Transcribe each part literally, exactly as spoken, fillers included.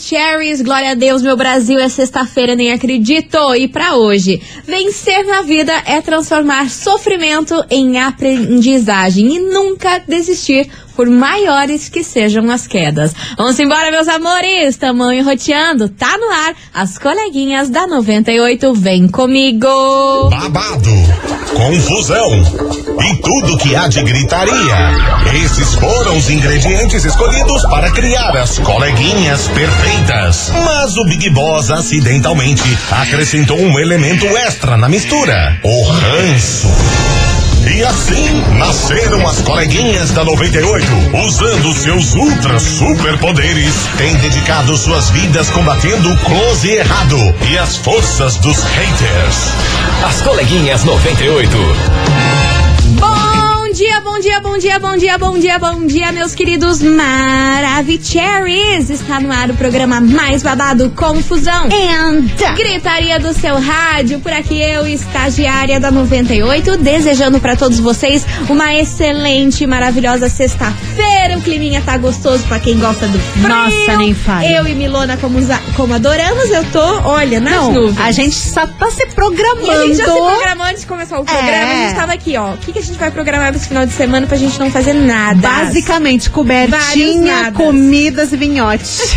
Maravicheries, glória a Deus, meu Brasil, é sexta-feira, nem acredito. E pra hoje, vencer na vida é transformar sofrimento em aprendizagem e nunca desistir, por maiores que sejam as quedas. Vamos embora, meus amores, tamanho roteando, tá no ar, as coleguinhas da noventa e oito, vem comigo. Babado, confusão e tudo que há de gritaria. Esses foram os ingredientes escolhidos para criar as coleguinhas perfeitas. Mas o Big Boss acidentalmente acrescentou um elemento extra na mistura: o ranço. E assim nasceram as coleguinhas da noventa e oito, usando seus ultra superpoderes, têm dedicado suas vidas combatendo o close e errado e as forças dos haters. As coleguinhas noventa e oito. Bom dia, bom dia, bom dia, bom dia, bom dia, bom dia, meus queridos Maravicheries. Está no ar o programa mais babado, confusão e gritaria do seu rádio. Por aqui eu, estagiária da noventa e oito, desejando para todos vocês uma excelente, maravilhosa sexta-feira. O climinha tá gostoso para quem gosta do frio. Nossa, nem fale. Eu e Milona, como, como adoramos, eu tô, olha, nas Não, nuvens. a gente só tá se programando. E a gente já se programou antes de começar o programa. É. A gente tava aqui, ó. O que, que a gente vai programar esse final de semana pra gente não fazer nada? Basicamente, cobertinha, comidas e vinhotes.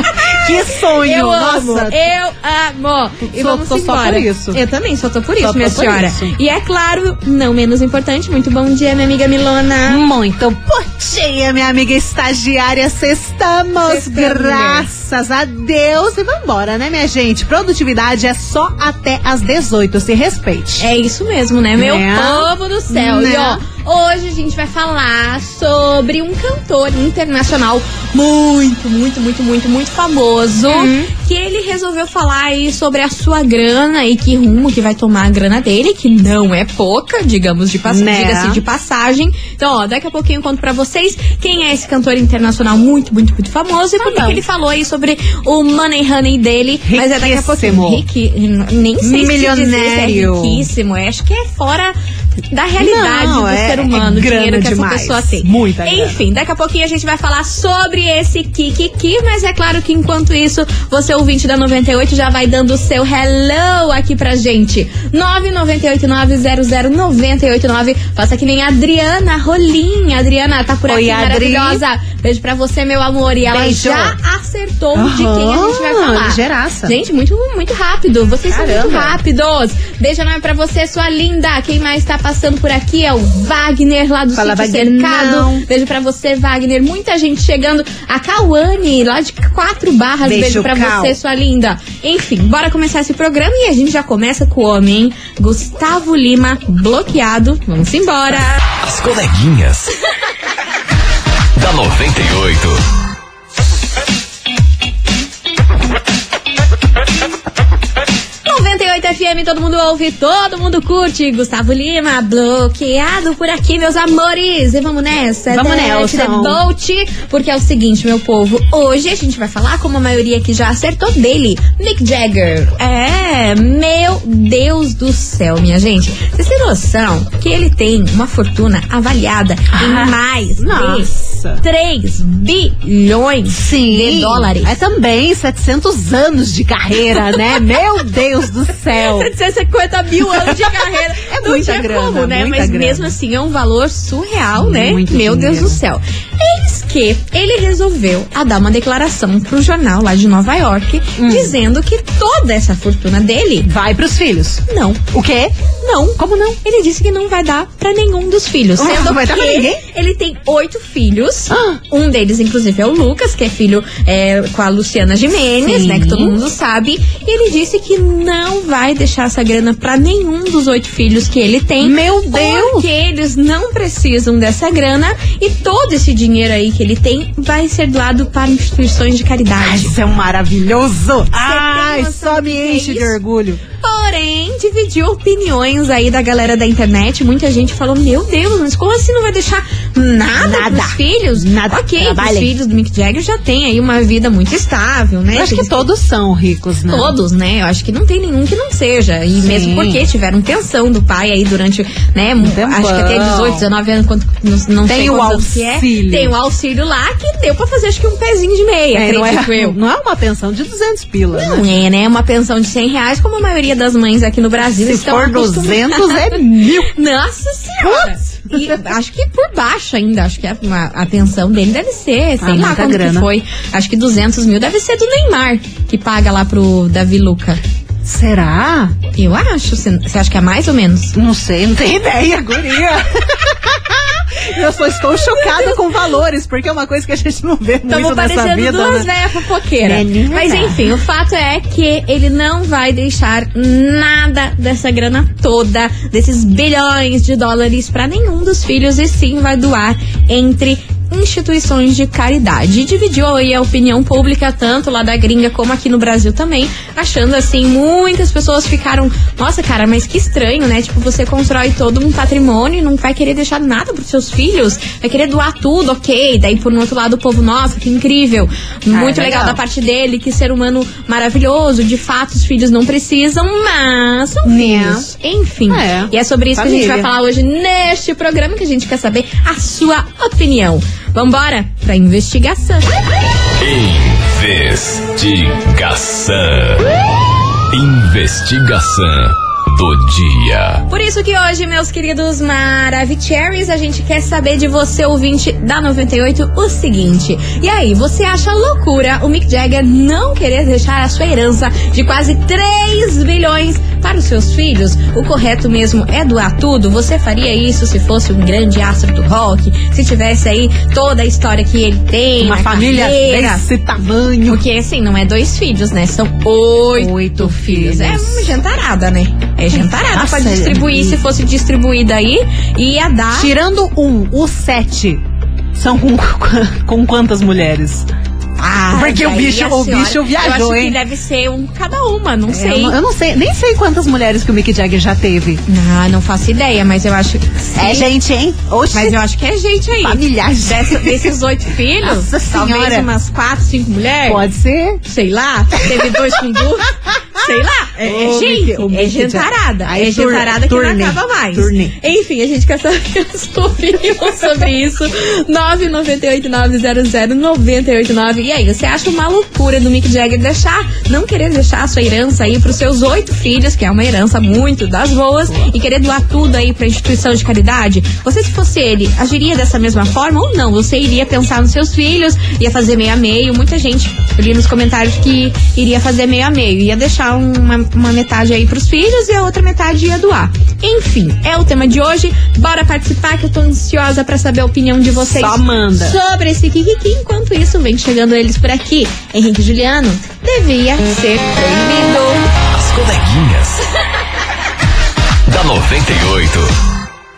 Que sonho! Eu Nossa. amo, eu amo. E Só- vamos tô só embora. por isso. Eu também só tô por Só isso, tô minha por senhora. isso. E é claro, não menos importante, muito bom dia, minha amiga Milona. Muito bom dia, minha amiga estagiária. Sextamos, Sextamos, graças a Deus. E vambora, né, minha gente? Produtividade é só até às dezoito, se respeite. É isso mesmo, né, meu Né? povo do céu. Né? E ó, hoje a gente vai falar sobre um cantor internacional muito, muito, muito, muito, muito famoso, Uhum. que ele resolveu falar aí sobre a sua grana e que rumo que vai tomar a grana dele, que não é pouca, digamos de pass- Né? diga-se de passagem. Então, ó, daqui a pouquinho eu conto pra vocês quem é esse cantor internacional muito, muito, muito famoso e por que bom. que ele falou aí sobre o Money Honey dele. Mas é daqui a pouquinho. Riquíssimo. Riqui, nem sei se dizer se é Milionário. riquíssimo. Eu acho que é fora da realidade Não, do é- ser humano, é o dinheiro grana que demais. essa pessoa tem. Muita grana. Enfim, daqui a pouquinho a gente vai falar sobre esse Kikiki, mas é claro que enquanto isso, você ouvinte da noventa e oito já vai dando o seu hello aqui pra gente. nove nove oito nove zero zero nove oito nove. Faça que nem a Adriana Rolim. Adriana tá por Oi, aqui, Adri. maravilhosa. Beijo pra você, meu amor. E ela Beijo. já acertou de quem a gente vai Aham, falar. ligeiraça. Gente, muito, muito rápido. Vocês são muito Caramba. rápidos. Beijo enorme pra você, sua linda. Quem mais tá passando por aqui é o Wagner, lá do Fala, Sítio Wagner. Cercado. Beijo pra você, Wagner. Muita gente chegando. A Cauane, lá de Quatro Barras. Beijo, Beijo, pra Cal. você, sua linda. Enfim, bora começar esse programa e a gente já começa com o homem, hein? Gustavo Lima, bloqueado. Vamos embora. As coleguinhas da noventa e oito. noventa e oito F M, todo mundo ouve, todo mundo curte. Gustavo Lima, bloqueado por aqui, meus amores. E vamos nessa. Vamos Dance nessa. the boat, porque é o seguinte, meu povo. Hoje a gente vai falar, como a maioria que já acertou, dele, Mick Jagger. É, meu Deus do céu, minha gente. Vocês têm noção que ele tem uma fortuna avaliada Ah, em mais nossa. de três bilhões Sim. de dólares. É também setecentos anos de carreira, né? Meu Deus do céu. setecentos e cinquenta mil anos de carreira. É Não muita tinha grana, como, né? muita Mas grana. mesmo assim é um valor surreal, né? Muito Meu dinheiro. Deus do céu. Eis que ele resolveu a dar uma declaração pro jornal lá de Nova York, Hum. dizendo que toda essa fortuna dele, Vai pros filhos. não. O quê? Não. Como não? Ele disse que não vai dar pra nenhum dos filhos. Ah, Sendo não vai que dar pra ninguém? ele tem oito filhos. Ah. Um deles, inclusive, é o Lucas, que é filho é, com a Luciana Gimenez, Sim. né? Que todo mundo sabe. E ele disse que não vai deixar essa grana pra nenhum dos oito filhos que ele tem. Meu Deus! Porque eles não precisam dessa grana. E todo esse dinheiro aí que ele tem vai ser doado para instituições de Ai, caridade. isso é maravilhoso. Ai, noção só do me que é enche de isso? orgulho. Por Porém, dividiu opiniões aí da galera da internet. Muita gente falou, meu Deus, mas como assim não vai deixar nada, nada. pros filhos? Nada. Ok, Trabalhem. os filhos do Mick Jagger já têm aí uma vida muito estável, né? Eu acho que todos são ricos, né? Todos, né? Eu acho que não tem nenhum que não seja. E Sim. mesmo porque tiveram pensão do pai aí durante, né? Um acho que até dezoito, dezenove anos, quando, não, não tem sei o quantos anos que é. Tem o auxílio lá que deu pra fazer acho que um pezinho de meia, é, não, acredito é, eu. não é uma pensão de duzentos pilas, Não né? é, né? Uma pensão de cem reais, como a maioria das mães aqui no Brasil Se estão for duzentos, é mil. Nossa Senhora! E acho que por baixo ainda, acho que a, a, a pensão dele deve ser, sei ah, lá quanto grana. que foi. Acho que duzentos mil deve ser do Neymar, que paga lá pro Davi Luca. Será? Eu acho. Você acha que é mais ou menos? Não sei, não tenho ideia, guria. Eu só estou chocada com valores, porque é uma coisa que a gente não vê Tamo muito nessa parecendo vida, duas né? velhas fofoqueiras. É, não Mas dá. enfim, o fato é que ele não vai deixar nada dessa grana toda, desses bilhões de dólares pra nenhum dos filhos, e sim vai doar entre instituições de caridade. E dividiu aí a opinião pública, tanto lá da gringa como aqui no Brasil também, achando assim, muitas pessoas ficaram, nossa cara, mas que estranho, né? Tipo, você constrói todo um patrimônio e não vai querer deixar nada pros seus filhos, vai querer doar tudo, ok. Daí por um outro lado o povo, nossa, que incrível, muito é legal legal da parte dele, que ser humano maravilhoso, de fato os filhos não precisam, mas são filhos. Enfim, É. e é sobre isso Família. que a gente vai falar hoje neste programa, que a gente quer saber a sua opinião. Vambora pra investigação. Investigação. Investigação do dia. Por isso que hoje, meus queridos Maravicheries, a gente quer saber de você, ouvinte da noventa e oito, o seguinte. E aí, você acha loucura o Mick Jagger não querer deixar a sua herança de quase três bilhões para os seus filhos? O correto mesmo é doar tudo? Você faria isso se fosse um grande astro do rock? Se tivesse aí toda a história que ele tem, Uma a família carreira? desse tamanho. Porque assim, não é dois filhos, né? São oito, Oito filhos. filhos. É uma jantarada, né? É jantarada. Nossa, Pode distribuir, é- se fosse distribuída aí, ia dar. Tirando um, os sete são com, com quantas mulheres? Ah, Porque o daí bicho- a o senhora- bicho viajou, eu acho hein? que deve ser um cada uma, não É, sei. Eu não, eu não sei, nem sei quantas mulheres que o Mick Jagger já teve. Ah, não faço ideia, mas eu acho que sim. É gente, hein? Oxe, Mas eu acho que é gente aí. familiares. Dessa- desses oito filhos, Nossa talvez Senhora. umas quatro, cinco mulheres. Pode ser. Sei lá, teve dois com duas. Sei lá, é, é Ô, gente, Mickey, o é Mickey gentarada. já- Aí É tur- gentarada que turnê, não acaba mais. turnê. Enfim, a gente quer saber a sua opinião sobre isso. nove nove oito nove zero zero nove oito nove. E aí, você acha uma loucura do Mick Jagger deixar, não querer deixar a sua herança aí pros seus oito filhos, que é uma herança muito das boas, e querer doar tudo aí pra instituição de caridade? Você, se fosse ele, agiria dessa mesma forma ou não? Você iria pensar nos seus filhos, ia fazer meio a meio? Muita gente, eu li nos comentários que iria fazer meio a meio, ia deixar uma, uma metade aí pros filhos e a outra metade ia doar. Enfim, é o tema de hoje. Bora participar, que eu tô ansiosa pra saber a opinião de vocês Só manda. sobre esse Kikiki. Enquanto isso, vem chegando eles por aqui. Henrique e Juliano, devia ser proibido. As coleguinhas. Da noventa e oito.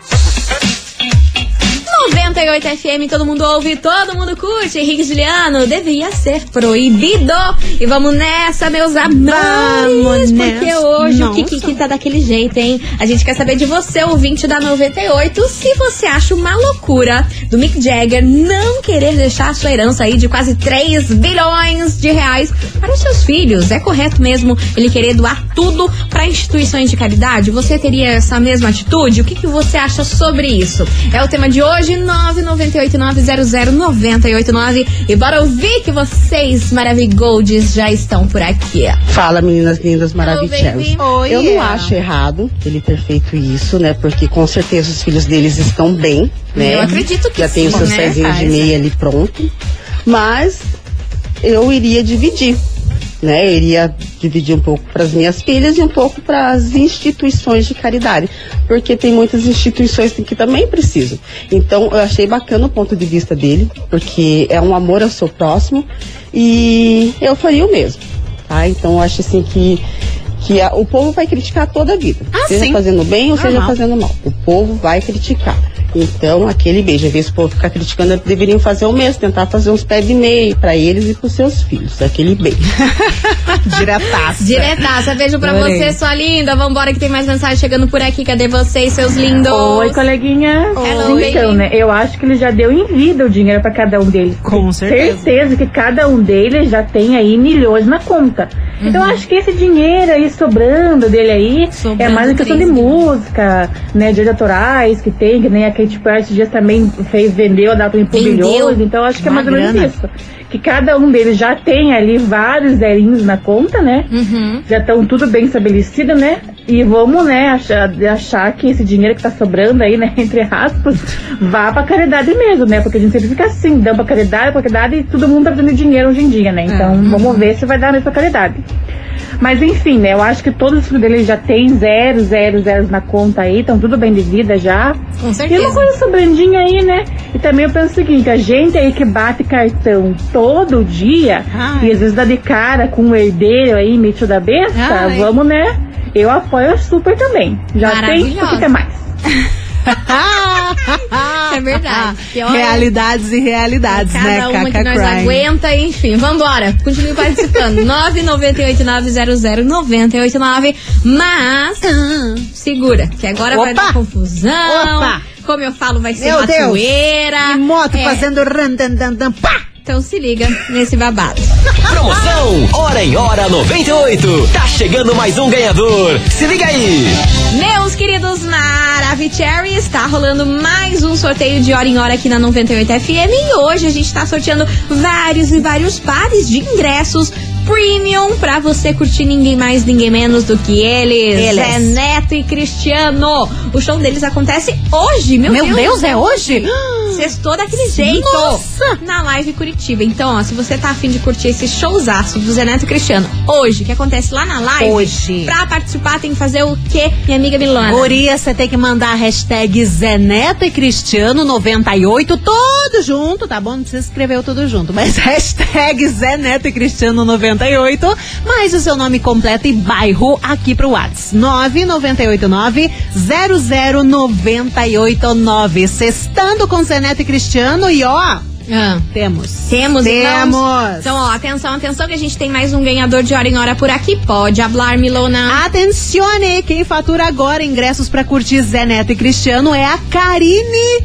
noventa e oito F M, todo mundo ouve, todo mundo curte. Henrique e Juliano, devia ser proibido. E vamos nessa, meus amores. Vamos Porque nessa. hoje Nossa. o Kikiki tá daquele jeito, hein? A gente quer saber de você, ouvinte da noventa e oito, se você acha uma loucura do Mick Jagger não querer deixar a sua herança aí de quase três bilhões de reais para os seus filhos. É correto mesmo ele querer doar tudo para instituições de caridade? Você teria essa mesma atitude? O que, que você acha sobre isso? É o tema de hoje, nove nove oito nove zero zero nove oito nove. E bora ouvir que vocês, Maravigoldes, já estão por aqui. Fala, meninas lindas baby. maravilhosas. Oi, Eu não yeah. acho errado ele ter feito isso, né? Porque com certeza os filhos deles estão bem, né? Eu acredito que Já tem o sim, seu né? pezinho de Faz. meia ali pronto. Mas eu iria dividir, né? Eu iria dividir um pouco para as minhas filhas e um pouco para as instituições de caridade, porque tem muitas instituições que também precisam. Então eu achei bacana o ponto de vista dele, porque é um amor ao seu próximo e eu faria o mesmo, tá? Então eu acho assim que que a, o povo vai criticar toda a vida, Ah, seja sim. fazendo bem ou seja Normal. fazendo mal. O povo vai criticar. Então, aquele beijo, ao invés do povo ficar criticando, deveriam fazer o mesmo, tentar fazer uns pés de meia pra eles e pros seus filhos, aquele beijo. Diretaça. Diretaça, beijo pra Adorei. você, sua linda. Vambora que tem mais mensagem chegando por aqui. Cadê vocês, seus lindos? Oi, coleguinha. Hello, Então, baby. né, eu acho que ele já deu em vida o dinheiro pra cada um deles. Com certeza. Certeza que cada um deles já tem aí milhões na conta. Uhum. Então, eu acho que esse dinheiro aí sobrando dele aí Sobrando é mais uma questão de três música, né, direitos autorais que tem, que nem a Katy Perry esses dias também fez, vendeu a data em por Vendeu. bilhões. Então, eu acho que é Uma mais ou menos grana. isso. Que cada um deles já tem ali vários zerinhos na conta, né? Uhum. Já estão tudo bem estabelecido, né? E vamos, né, achar, achar que esse dinheiro que tá sobrando aí, né, entre aspas, vá pra caridade mesmo, né? Porque a gente sempre fica assim, dando pra caridade, pra caridade, e todo mundo tá fazendo dinheiro hoje em dia, né? Então, Uhum. vamos ver se vai dar mesmo pra caridade. Mas enfim, né, eu acho que todos os filhos deles já tem zero, zero, zeros na conta aí, estão tudo bem de vida já. Com E uma certeza. coisa sobrandinha aí, né? E também eu penso o seguinte, a gente aí que bate cartão todo dia, Ai. e às vezes dá de cara com um herdeiro aí, metido da besta, Ai. vamos, né? Eu apoio super também. Já tem, Maravilhosa. o que quer mais? É verdade. Que olha, Realidades e realidades, cada né, uma Caca que nós Crime. aguenta, enfim. Vambora. Continue participando. nove nove oito nove zero zero nove oito nove. Mas, segura, que agora vai Opa! dar confusão. Opa! Como eu falo, vai ser Meu uma Deus! zoeira. E moto É, fazendo randandandan, pá! Então se liga nesse babado. Promoção Hora em Hora noventa e oito. Tá chegando mais um ganhador. Se liga aí. Meus queridos Maravicherry, está rolando mais um sorteio de hora em hora aqui na noventa e oito F M e hoje a gente está sorteando vários e vários pares de ingressos premium pra você curtir ninguém mais, ninguém menos do que eles. Eles. Zé Neto e Cristiano. O show deles acontece hoje, meu, Meu Deus, é hoje? Sextou daquele jeito. Nossa! Na Live Curitiba. Então, ó, se você tá afim de curtir esse showzaço do Zé Neto e Cristiano hoje, que acontece lá na live, Hoje. pra participar tem que fazer o quê, minha amiga Milona? Guria, você tem que mandar a hashtag Zé Neto e Cristiano noventa e oito, todo junto, tá bom? Não precisa escrever o tudo junto, mas hashtag Zé Neto e Cristiano noventa e oito, mais o seu nome completo e bairro aqui pro WhatsApp. nove nove oito nove zero zero nove oito nove. Sextando com Zé Neto e Cristiano e ó, Ah. temos. Temos, Temos. irmãos. Então, ó, atenção, atenção que a gente tem mais um ganhador de hora em hora por aqui. Pode hablar, Milona. Atencione, quem fatura agora ingressos pra curtir Zé Neto e Cristiano é a Karine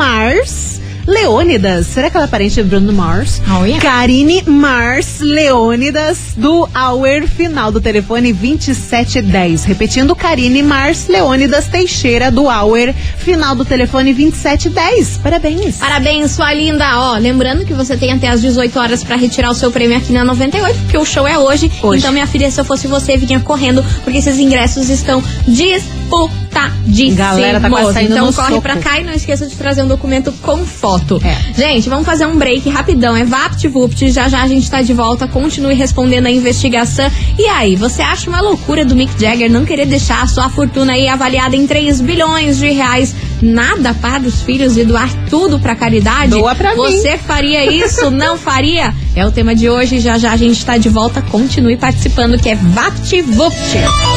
Mars Leônidas. Será que ela é parente de Bruno Mars? Oh, yeah. Karine Mars Leônidas, do Hour, final do telefone vinte e sete dez. Repetindo, Karine Mars Leônidas Teixeira, do Hour, final do telefone vinte e sete dez. Parabéns. Parabéns, sua linda. Ó, lembrando que você tem até as dezoito horas pra retirar o seu prêmio aqui na noventa e oito, porque o show é hoje. Hoje. Então, minha filha, se eu fosse você, vinha correndo, porque esses ingressos estão disputadíssimos. Galera, tá quase saindo Então, no corre soco. pra cá e não esqueça de trazer um documento com foto. É. Gente, vamos fazer um break rapidão. É VaptVupt. Já já a gente tá de volta. Continue respondendo a investigação. E aí, você acha uma loucura do Mick Jagger não querer deixar a sua fortuna aí avaliada em três bilhões de reais? Nada para os filhos e doar tudo pra caridade? Doa pra mim. Você faria isso? Não faria? É o tema de hoje. Já já a gente tá de volta. Continue participando, que é VaptVupt.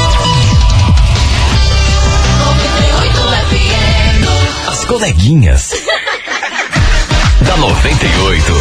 As coleguinhas. Da noventa e oito.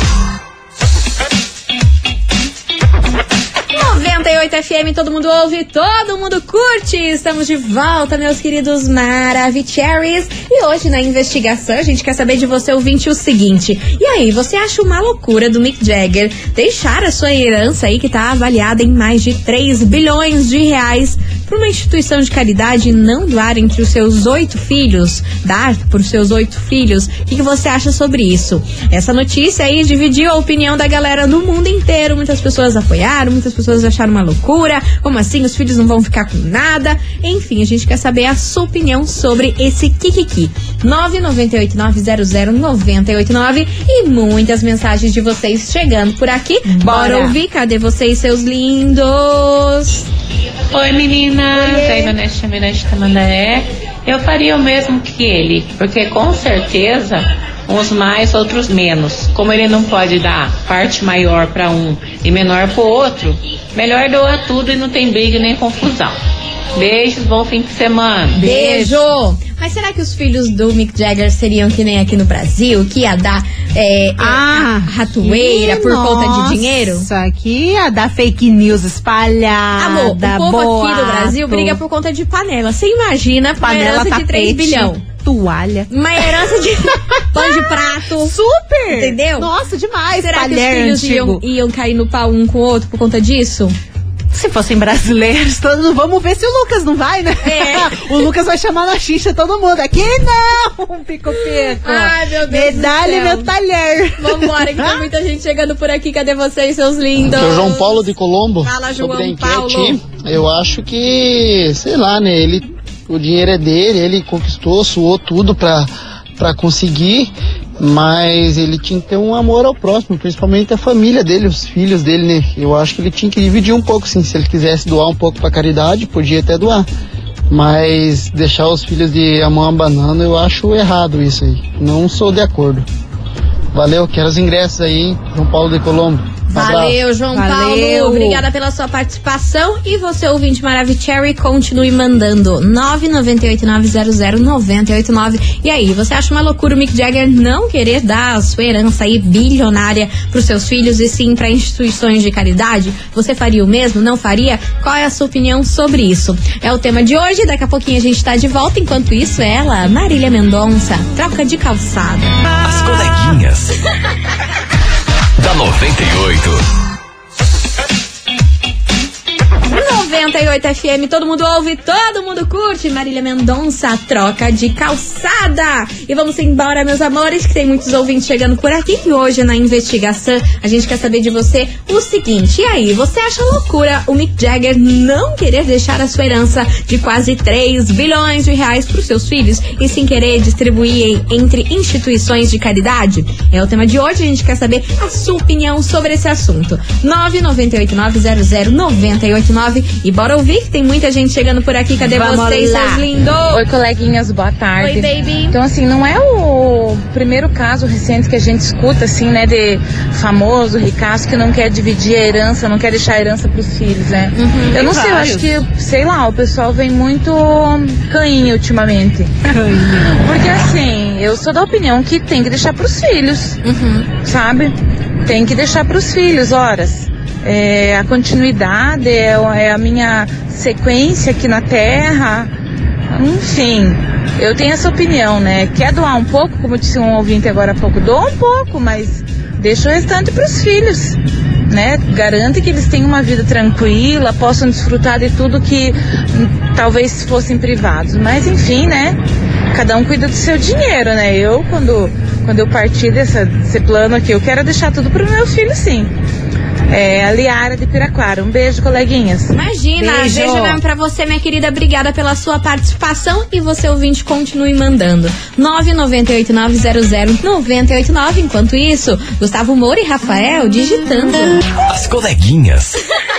noventa e oito F M, todo mundo ouve, todo mundo curte. Estamos de volta, meus queridos Maravicherrys. E hoje na investigação a gente quer saber de você, ouvinte, o seguinte: e aí, você acha uma loucura do Mick Jagger deixar a sua herança aí, que tá avaliada em mais de três bilhões de reais, para uma instituição de caridade e não doar entre os seus oito filhos? Dar para os seus oito filhos? O que, que você acha sobre isso? Essa notícia aí dividiu a opinião da galera no mundo inteiro. Muitas pessoas apoiaram, muitas pessoas acharam uma loucura. Como assim? Os filhos não vão ficar com nada? Enfim, a gente quer saber a sua opinião sobre esse kikiki. nove nove oito nove zero zero nove oito nove e muitas mensagens de vocês chegando por aqui. Bora, Bora ouvir. Cadê vocês, seus lindos? Oi meninas, aí do Neste Mirante Tamandaré. Eu faria o mesmo que ele, porque com certeza uns mais, outros menos. Como ele não pode dar parte maior para um e menor para o outro, melhor doar tudo e não tem briga nem confusão. Beijos, bom fim de semana. Beijo! Mas será que os filhos do Mick Jagger seriam que nem aqui no Brasil, que ia dar é, Ah, é, ratoeira por nossa, conta de dinheiro? Isso aqui ia dar fake news espalhada. Amor, o povo boato. aqui do Brasil briga por conta de panela. Você imagina Panela, uma herança de três tapete, bilhão. toalha. Uma herança de pão de prato. Super! Entendeu? Nossa, demais. Será que os Talher filhos iam, antigo. iam cair no pau um com o outro por conta disso? Se fossem brasileiros, todos, vamos ver se o Lucas não vai, né? É. O Lucas vai chamar na xixa todo mundo. Aqui não, pico-pico. Ai, meu Deus Medalha do céu. meu talher. Vambora, que tem muita gente chegando por aqui. Cadê vocês, seus lindos? Aqui é o João Paulo de Colombo. Fala, Sobre João a enquete, Paulo. eu acho que, sei lá, né, ele, o dinheiro é dele, ele conquistou, suou tudo pra, pra conseguir, mas ele tinha que ter um amor ao próximo, principalmente a família dele, os filhos dele, né? Eu acho que ele tinha que dividir um pouco, sim. Se ele quisesse doar um pouco pra caridade, podia até doar. Mas deixar os filhos de a mão abanando, eu acho errado isso aí. Não sou de acordo. Valeu, quero os ingressos aí, hein? João Paulo de Colombo. Um abraço. Valeu, João Valeu. Paulo. Obrigada pela sua participação. E você, ouvinte Maravicherry, continue mandando nove nove oito nove zero zero nove oito nove. E aí, você acha uma loucura o Mick Jagger não querer dar a sua herança aí bilionária pros seus filhos e sim para instituições de caridade? Você faria o mesmo? Não faria? Qual é a sua opinião sobre isso? É o tema de hoje. Daqui a pouquinho a gente tá de volta. Enquanto isso, ela, Marília Mendonça, troca de calçada. As coleguinhas. Da noventa e oito. noventa e oito F M, todo mundo ouve, todo mundo curte. Marília Mendonça, troca de calçada. E vamos embora, meus amores, que tem muitos ouvintes chegando por aqui. E hoje na investigação a gente quer saber de você o seguinte: e aí, você acha loucura o Mick Jagger não querer deixar a sua herança de quase três bilhões de reais para os seus filhos e sem querer distribuir entre instituições de caridade? É o tema de hoje, a gente quer saber a sua opinião sobre esse assunto. nove nove oito nove zero zero nove oito nove. E bora ouvir que tem muita gente chegando por aqui. Cadê Vamos vocês, lá. seus lindos? Oi, coleguinhas, boa tarde. Oi, baby. Então, assim, não é o primeiro caso recente que a gente escuta, assim, né, de famoso, ricaço, que não quer dividir a herança, não quer deixar a herança pros filhos, né? Uhum, eu não sei, eu vários. acho que, sei lá, o pessoal vem muito cainho ultimamente. Porque, assim, eu sou da opinião que tem que deixar pros filhos, Uhum. sabe? Tem que deixar pros filhos, horas. É, a continuidade é, é a minha sequência aqui na Terra. Enfim, eu tenho essa opinião, né? Quer doar um pouco, como disse um ouvinte agora há pouco, doa um pouco, mas deixa o restante para os filhos, né? Garante que eles tenham uma vida tranquila, possam desfrutar de tudo que hum, talvez fossem privados. Mas enfim, né? Cada um cuida do seu dinheiro, né? Eu, quando, quando eu partir dessa, desse plano aqui, eu quero deixar tudo para o meu filho, sim. É, a Liara de Piraquara. Um beijo, coleguinhas. Imagina, Beijo. beijo mesmo pra você, minha querida. Obrigada pela sua participação. E você, ouvinte, continue mandando. nove nove oito nove zero zero nove oito nove. Enquanto isso, Gustavo Moura e Rafael digitando. As coleguinhas.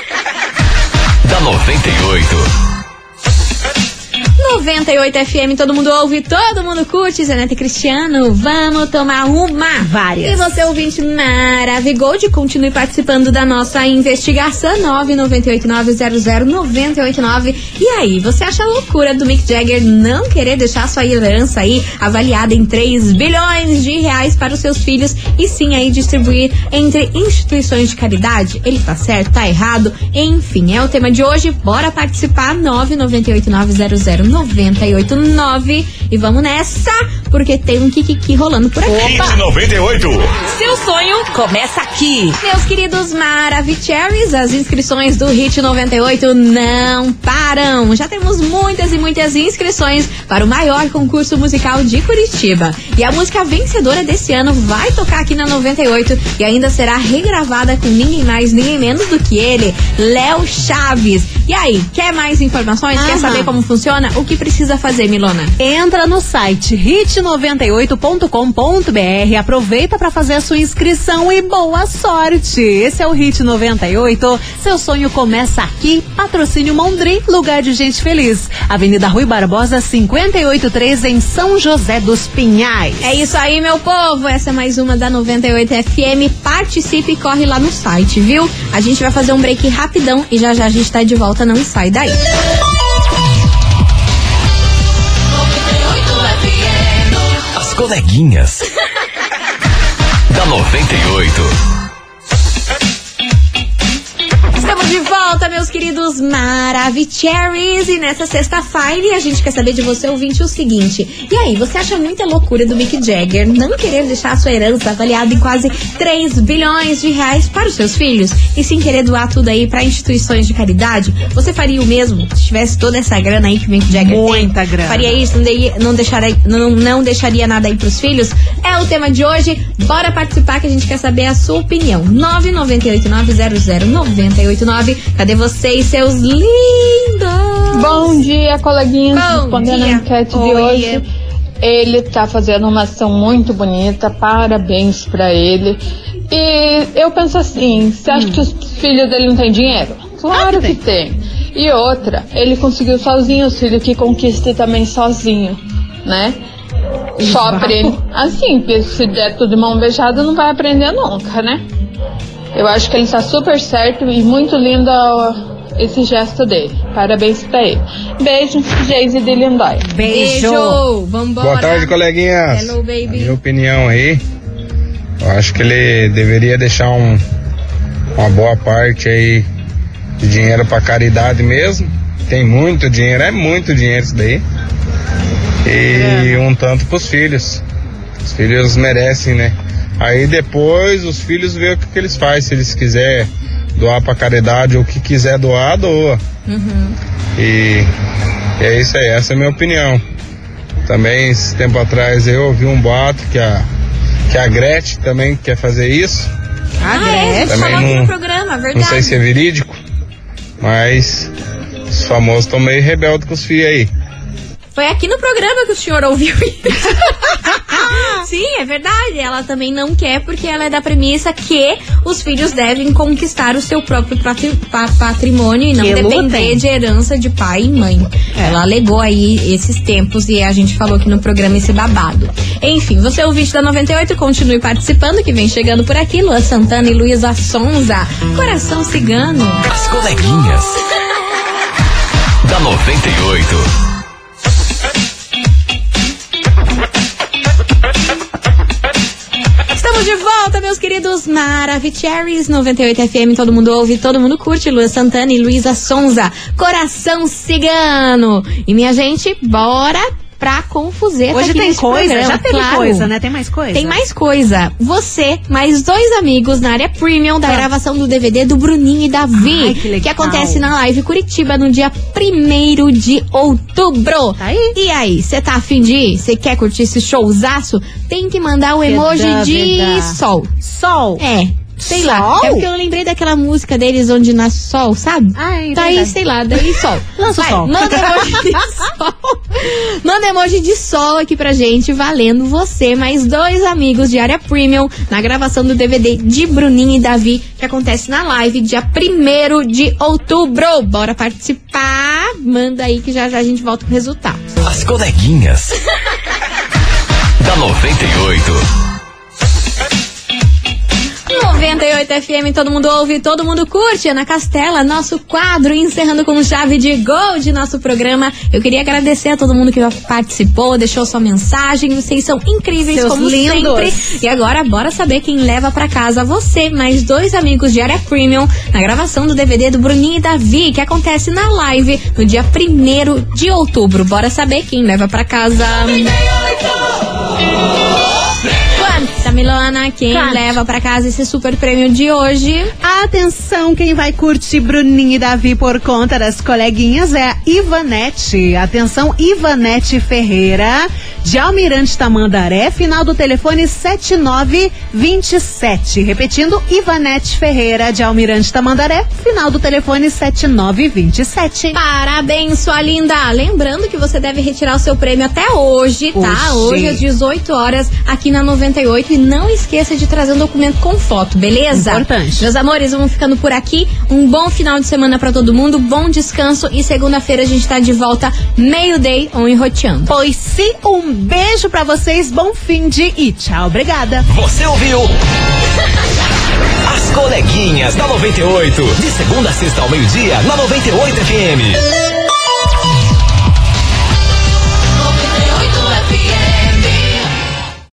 Da noventa e oito. noventa e oito F M, todo mundo ouve, todo mundo curte. Zenete e Cristiano, vamos tomar uma. Várias. E você, ouvinte Maravigold, continue participando da nossa investigação. nove nove oito nove zero zero nove oito nove. E aí, você acha loucura do Mick Jagger não querer deixar sua herança aí avaliada em três bilhões de reais para os seus filhos e sim aí distribuir entre instituições de caridade? Ele tá certo, tá errado? Enfim, é o tema de hoje. Bora participar. nove nove oito nove zero zero nove oito nove. E vamos nessa, porque tem um kikiki rolando por aqui. Hit noventa e oito. Seu sonho começa aqui. Meus queridos Maravicheries, as inscrições do Hit noventa e oito não param. Já temos muitas e muitas inscrições para o maior concurso musical de Curitiba. E a música vencedora desse ano vai tocar aqui na noventa e oito e ainda será regravada com ninguém mais, ninguém menos do que ele, Léo Chaves. E aí, quer mais informações? Quer Aham. saber como funciona? O que precisa fazer, Milona? Entra no site hit noventa e oito ponto com ponto b r, aproveita para fazer a sua inscrição e boa sorte. Esse é o Hit noventa e oito. Seu sonho começa aqui. Patrocínio Mondri, lugar de gente feliz. Avenida Rui Barbosa, cinquenta e oito três, em São José dos Pinhais. É isso aí, meu povo. Essa é mais uma da noventa e oito F M. Participe e corre lá no site, viu? A gente vai fazer um break rapidão e já já a gente tá de volta. Não sai daí. coleguinhas da noventa e oito. Estamos de volta, meus queridos Maravicheries, e nessa sexta-feira a gente quer saber de você, ouvinte, o seguinte: e aí, você acha muita loucura do Mick Jagger não querer deixar a sua herança avaliada em quase três bilhões de reais para os seus filhos e sim querer doar tudo aí para instituições de caridade? Você faria o mesmo se tivesse toda essa grana aí que o Mick Jagger Muita tem? Muita grana. Faria isso? Não, de, não, deixaria, não, não deixaria nada aí pros filhos? É o tema de hoje. Bora participar que a gente quer saber a sua opinião. nove nove oito nove zero zero nove oito nove. Cadê vocês, seus lindos? Bom dia, coleguinhas. Bom Respondendo dia. a enquete Oi. de hoje, ele tá fazendo uma ação muito bonita. Parabéns pra ele. E eu penso assim, você acha hum. que os filhos dele não têm dinheiro? Claro que tem. E outra, ele conseguiu sozinho, os filhos que conquista também sozinho, né? Só aprende assim, porque se der tudo de mão beijada não vai aprender nunca, né? Eu acho que ele está super certo e muito lindo esse gesto dele. Parabéns pra ele. Beijo, Geise de Lindóia. Beijo! Vambora! Boa tarde, coleguinhas. Hello, baby. A minha opinião aí, eu acho que ele deveria deixar um, uma boa parte aí de dinheiro pra caridade mesmo. Tem muito dinheiro, é muito dinheiro isso daí. E é. um tanto pros filhos. Os filhos merecem, né? Aí depois os filhos veem o que, que eles fazem. Se eles quiserem doar pra caridade ou o que quiser doar, doa. Uhum. E é isso aí, essa é a minha opinião. Também, esse tempo atrás, eu ouvi um boato que a, que a Gretchen também quer fazer isso. A Gretchen também falou não, aqui no programa, verdade. Não sei se é verídico, mas os famosos estão meio rebeldes com os filhos aí. Foi aqui no programa que o senhor ouviu isso. Sim, é verdade. Ela também não quer porque ela é da premissa que os filhos devem conquistar o seu próprio patri- patrimônio e não que depender lutem. de herança de pai e mãe. É. Ela alegou aí esses tempos e a gente falou aqui no programa esse babado. Enfim, você é o ouvinte da noventa e oito, continue participando que vem chegando por aqui. Luan Santana e Luísa Sonza. Coração Cigano. As coleguinhas da noventa e oito. Estamos de volta, meus queridos Maravicheries, noventa e oito F M, todo mundo ouve, todo mundo curte. Luan Santana e Luísa Sonza, Coração Cigano. E minha gente, bora pra confuseta. Hoje aqui tem coisa, programa. já teve claro. coisa, né? Tem mais coisa? Tem mais coisa. Você, mais dois amigos na área premium da ah. gravação do D V D do Bruninho e Davi. Ai, que legal. Que acontece na Live Curitiba no dia primeiro de outubro. Tá aí. E aí, você tá afim de ir? Você quer curtir esse showzaço? Tem que mandar o emoji Veda, de veda. sol. Sol? É. Sei Sol? lá. É porque eu lembrei daquela música deles onde nasce sol, sabe? Ai, tá aí, sei lá, daí sol. Lança o Vai, sol. Manda emoji de sol. Manda emoji de sol aqui pra gente, valendo você, mais dois amigos de área premium na gravação do D V D de Bruninho e Davi, que acontece na live dia primeiro de outubro. Bora participar. Manda aí que já já a gente volta com o resultado. As coleguinhas da noventa e oito. noventa e oito F M, todo mundo ouve, todo mundo curte. Ana Castela, nosso quadro, encerrando com chave de gol de nosso programa. Eu queria agradecer a todo mundo que participou, deixou sua mensagem. Vocês são incríveis, Seus como lindos. sempre. E agora, bora saber quem leva pra casa você, mais dois amigos de área premium, na gravação do D V D do Bruninho e Davi, que acontece na live no dia primeiro de outubro. Bora saber quem leva pra casa. Quanta Milona, quem Quanto? leva pra casa esse super prêmio de hoje? Atenção, quem vai curtir Bruninho e Davi por conta das coleguinhas é a Ivanete. Atenção, Ivanete Ferreira, de Almirante Tamandaré, final do telefone sete nove dois sete. Repetindo, Ivanete Ferreira, de Almirante Tamandaré, final do telefone sete nove dois sete. Parabéns, sua linda! Lembrando que você deve retirar o seu prêmio até hoje, tá? Oxi. Hoje às dezoito horas, aqui na noventa e oito. E não esqueça de trazer um documento com foto, beleza? Importante. Meus amores, vamos ficando por aqui. Um bom final de semana pra todo mundo, bom descanso. E segunda-feira a gente tá de volta, meio-day, on enroteando. Pois sim, um beijo pra vocês, bom fim de e tchau, obrigada. Você ouviu? As coleguinhas da noventa e oito. De segunda a sexta ao meio-dia, na noventa e oito F M.